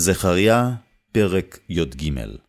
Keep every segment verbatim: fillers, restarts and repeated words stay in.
זכריה, פרק י"ג.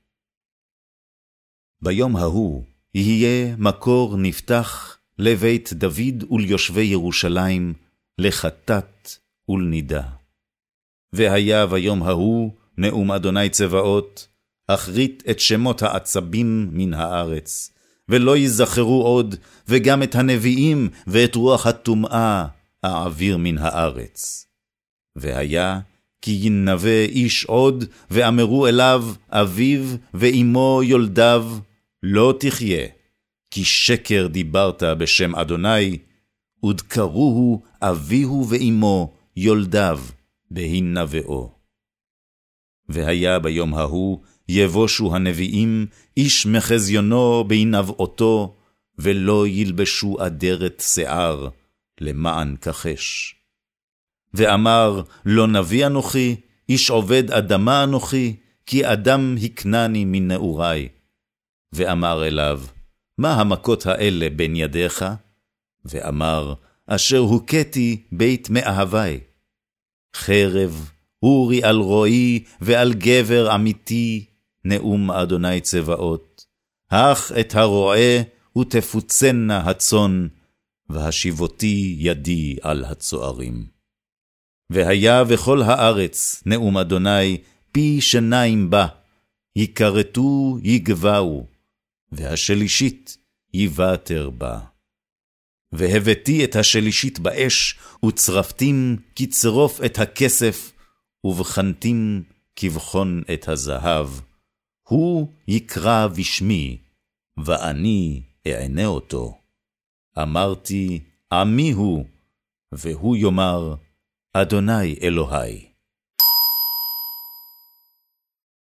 ביום ההוא יהיה מקור נפתח לבית דוד וליושבי ירושלים, לחטאת ולנידה. והיה ביום ההוא נאום אדוני צבאות, אחרית את שמות העצבים מן הארץ, ולא יזכרו עוד, וגם את הנביאים ואת רוח הטומאה אעביר מן הארץ. והיה כי ינבא איש עוד, ואמרו אליו אביו ואמו יולדיו, לא תחיה, כי שקר דיברת בשם אדוני, ודקרוהו אביהו ואמו יולדיו בהינבאו. והיה ביום ההוא יבושו הנביאים, איש מחזיונו בהינבאותו, ולא ילבשו אדרת שיער, למען כחש. ואמר, לא נביא אנוכי, איש עובד אדמה אנוכי, כי אדם הקנני מנעורי. ואמר אליו, מה המכות האלה בין ידיך? ואמר, אשר הוכיתי בית מאהבי. חרב, אורי על רועי ועל גבר אמיתי, נאום אדוני צבאות. אך את הרועה ותפוצנה הצאן, והשיבותי ידי על הצוערים. והיה בכל הארץ נאום אדוני פי שניים בה, יכרתו יגבעו, והשלישית יבטר בה. והבאתי את השלישית באש, וצרפתים כצרוף את הכסף, ובחנתים כבחון את הזהב. הוא יקרא בשמי, ואני אענה אותו. אמרתי, עמי הוא, והוא יאמר, אדוני אלוהי.